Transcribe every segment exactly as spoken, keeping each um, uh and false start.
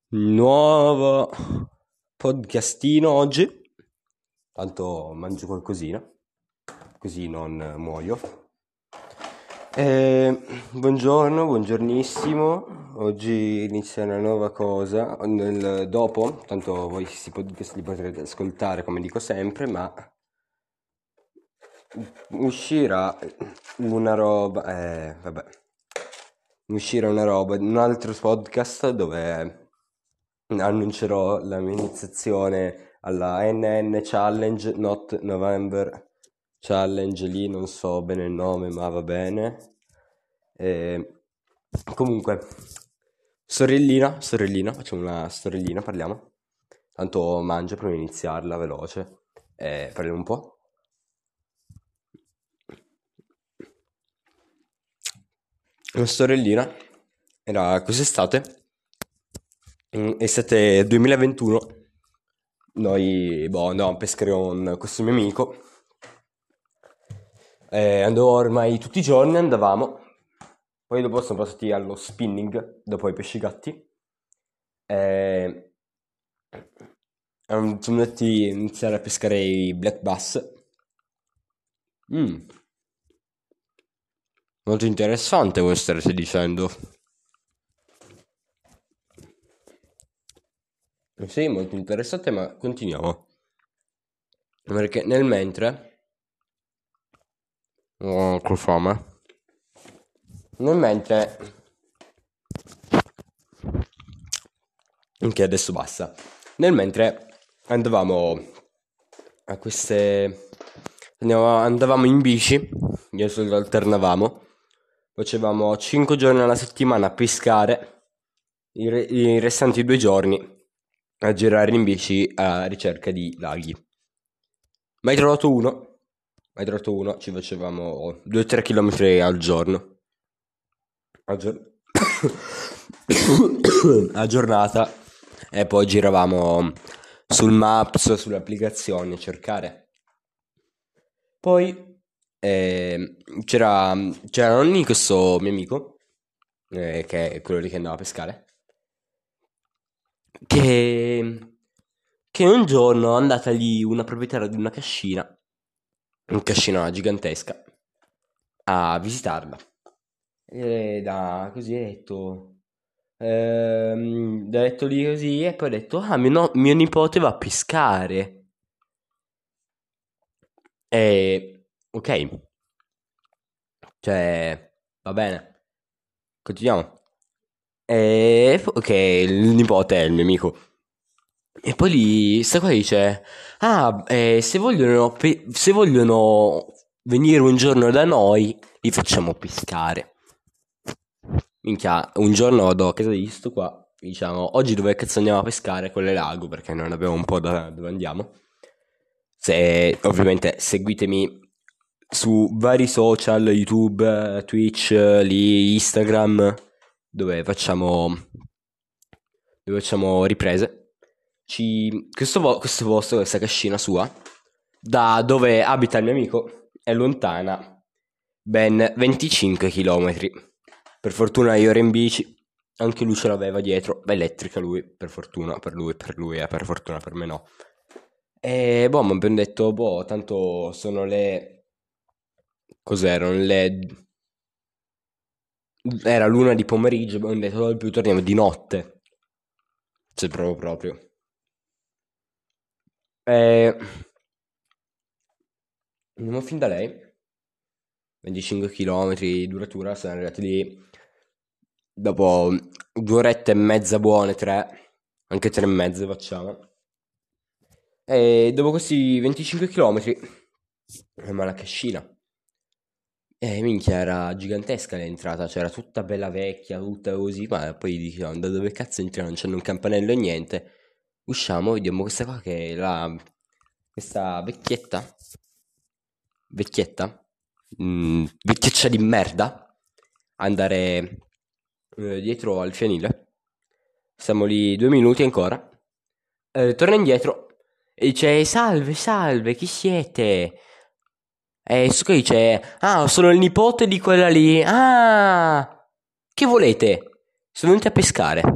Nuovo podcastino oggi, tanto mangio qualcosina, così non muoio. E, buongiorno, buongiornissimo, oggi inizia una nuova cosa, nel, dopo, tanto voi questi podcast li potrete ascoltare come dico sempre, ma uscirà una roba, eh, vabbè, uscirà una roba, un altro podcast dove annuncerò la mia iniziazione alla N N Challenge, Not November Challenge, lì non so bene il nome ma va bene. E comunque, sorellina, sorellina, facciamo una sorellina, parliamo. Tanto mangio prima di iniziarla, veloce. E parliamo un po'. Una sorellina era quest'estate. Estate duemilaventuno, noi boh, andavamo a pescare con questo mio amico, eh, andavo ormai tutti i giorni, andavamo, poi dopo siamo passati allo spinning, dopo i pescigatti, eh, siamo andati a iniziare a pescare i black bass. Mm. Molto interessante come starete dicendo. Sì, molto interessante, ma continuiamo. Perché nel mentre... Oh, che fame. Nel mentre... Ok, adesso basta. Nel mentre andavamo a queste... Andavamo in bici, io e Solo alternavamo. Facevamo cinque giorni alla settimana a pescare, i, re- i restanti due giorni a girare in bici a ricerca di laghi. Mai trovato uno, mai trovato uno, ci facevamo due tre chilometri al giorno. A, gior- a giornata. E poi giravamo sul Maps, sulle applicazioni a cercare. Poi eh, c'era, c'era Nonni, questo mio amico, eh, che è quello lì che andava a pescare, che, che un giorno è andata lì una proprietaria di una cascina, una cascina gigantesca, a visitarla. E da così ha detto, ehm, ha detto lì così e poi ha detto, ah, mio, no- mio nipote va a pescare. E ok, cioè, va bene, continuiamo. E ok, il nipote è il mio amico. E poi lì, sta qua dice, ah, eh, se vogliono, pe- se vogliono venire un giorno da noi, li facciamo pescare. Minchia, un giorno vado a casa di sto qua, diciamo, oggi dove cazzo andiamo a pescare? Con le lago, perché non abbiamo un po' da dove andiamo. Se, ovviamente, seguitemi su vari social, YouTube, Twitch, lì, Instagram, dove facciamo, dove facciamo riprese. Ci, questo, vo- questo posto, questa cascina sua, da dove abita il mio amico, è lontana ben venticinque chilometri. Per fortuna io ero in bici, anche lui ce l'aveva dietro, elettrica lui, per fortuna per lui, per lui, eh, per fortuna per me no. E boh, mi abbiamo detto, boh, tanto sono le... Cos'erano? Le... Era l'una di pomeriggio, abbiamo detto, al più torniamo di notte. Cioè, proprio proprio. E... Andiamo fin da lei. venticinque chilometri di duratura, siamo arrivati lì. Dopo due orette e mezza buone, tre, anche tre e mezze facciamo. E dopo questi venticinque chilometri, ma la cascina. Eh, minchia, era gigantesca l'entrata, c'era tutta bella vecchia, tutta così, ma poi diciamo, da dove cazzo entriamo? Non c'è un campanello e niente. Usciamo, vediamo questa qua che è la... questa vecchietta, vecchietta, mm, vecchiaccia di merda, andare eh, dietro al fienile. Stiamo lì due minuti ancora. Eh, torna indietro e dice: Salve, salve, chi siete? E su che dice: Ah, sono il nipote di quella lì. Ah, che volete? Sono venuti a pescare.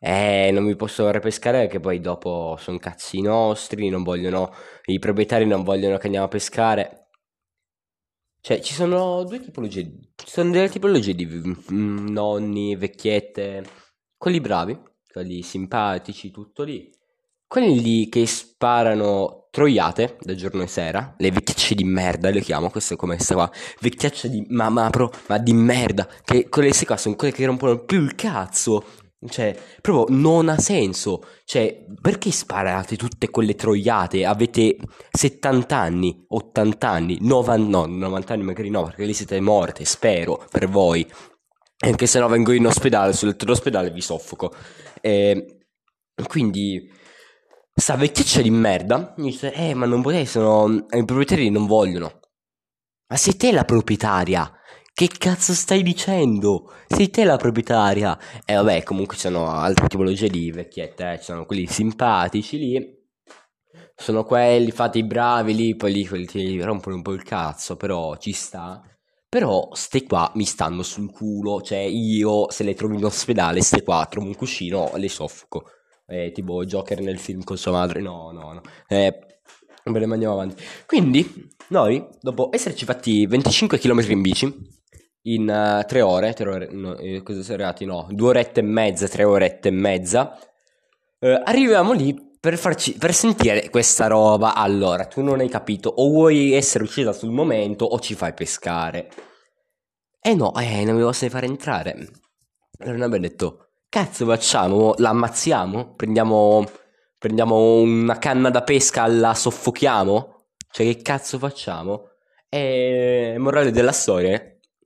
Eh, non vi posso ripescare perché poi dopo sono cazzi nostri, non vogliono, i proprietari non vogliono che andiamo a pescare. Cioè, ci sono due tipologie, ci sono delle tipologie di mm, nonni, vecchiette, quelli bravi, quelli simpatici, tutto lì. Quelli lì che sparano troiate da giorno e sera, le vecchiacce di merda, le chiamo, questo è come sta qua, vecchiacce di, ma, ma, pro, ma di merda, che quelle queste qua sono quelle che rompono più il cazzo, cioè, proprio non ha senso, cioè, perché sparate tutte quelle troiate, avete settanta anni, ottanta anni, novanta, no, novanta anni magari no, perché lì siete morte, spero, per voi, anche se no vengo in ospedale, sul letto d'ospedale vi soffoco, e quindi... Sta vecchiaccia di merda mi dice, eh, ma non potete, sono... i proprietari non vogliono. Ma sei te la proprietaria? Che cazzo stai dicendo? Sei te la proprietaria? E vabbè, comunque ci sono altre tipologie di vecchiette, eh. Ci sono quelli simpatici lì. Sono quelli fatti bravi lì, poi lì quelli ti rompono un po' il cazzo, però ci sta. Però ste qua mi stanno sul culo, cioè io se le trovo in ospedale, ste qua, trovo un cuscino, le soffoco. Eh, tipo Joker nel film con sua madre, no, no, no. Eh, bene, ma andiamo avanti. Quindi, noi, dopo esserci fatti venticinque chilometri in bici, in uh, tre ore, tre ore, no, eh, cosa siamo arrivati? No, due orette e mezza, tre orette e mezza, eh, arriviamo lì per, farci, per sentire questa roba. Allora, tu non hai capito, o vuoi essere uccisa sul momento o ci fai pescare. Eh no, eh, non mi possono fare entrare. Allora noi abbiamo detto, cazzo facciamo? La ammazziamo? Prendiamo, prendiamo una canna da pesca, la soffochiamo? Cioè che cazzo facciamo? E morale della storia,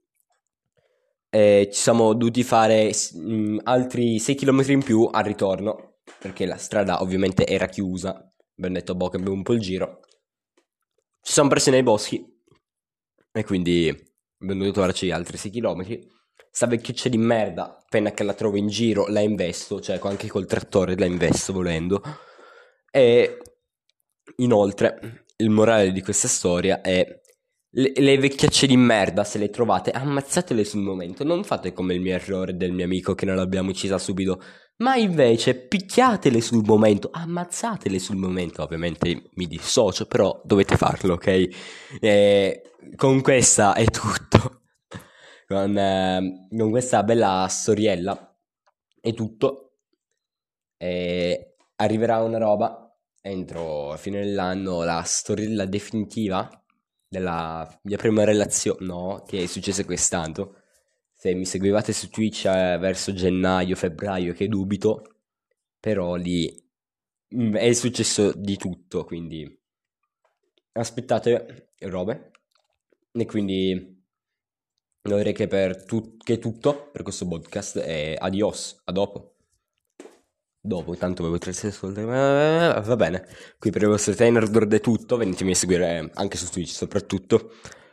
eh, ci siamo dovuti fare mh, altri sei chilometri in più al ritorno, perché la strada ovviamente era chiusa. Abbiamo detto, boh, che abbiamo un po' il giro. Ci siamo presi nei boschi e quindi abbiamo dovuto farci altri sei chilometri. Sta vecchiaccia di merda, appena che la trovo in giro, la investo, cioè anche col trattore la investo volendo. E inoltre, il morale di questa storia è le, le vecchiacce di merda, se le trovate, ammazzatele sul momento. Non fate come il mio errore del mio amico che non l'abbiamo uccisa subito, ma invece picchiatele sul momento, ammazzatele sul momento. Ovviamente mi dissocio, però dovete farlo, ok? E con questa è tutto. Con, eh, con questa bella storiella è tutto. E arriverà una roba entro la fine dell'anno, la storiella definitiva della mia prima relazione, no, che è successa quest'anno. Se mi seguivate su Twitch eh, verso gennaio, febbraio, che dubito, però lì mm, è successo di tutto, quindi aspettate robe. E quindi direi che per tu- che è tutto per questo podcast e adios, a dopo. Dopo, tanto voi potreste ascoltare. Va bene. Qui per il vostro trainer è tutto. Venitemi a seguire anche su Twitch, soprattutto.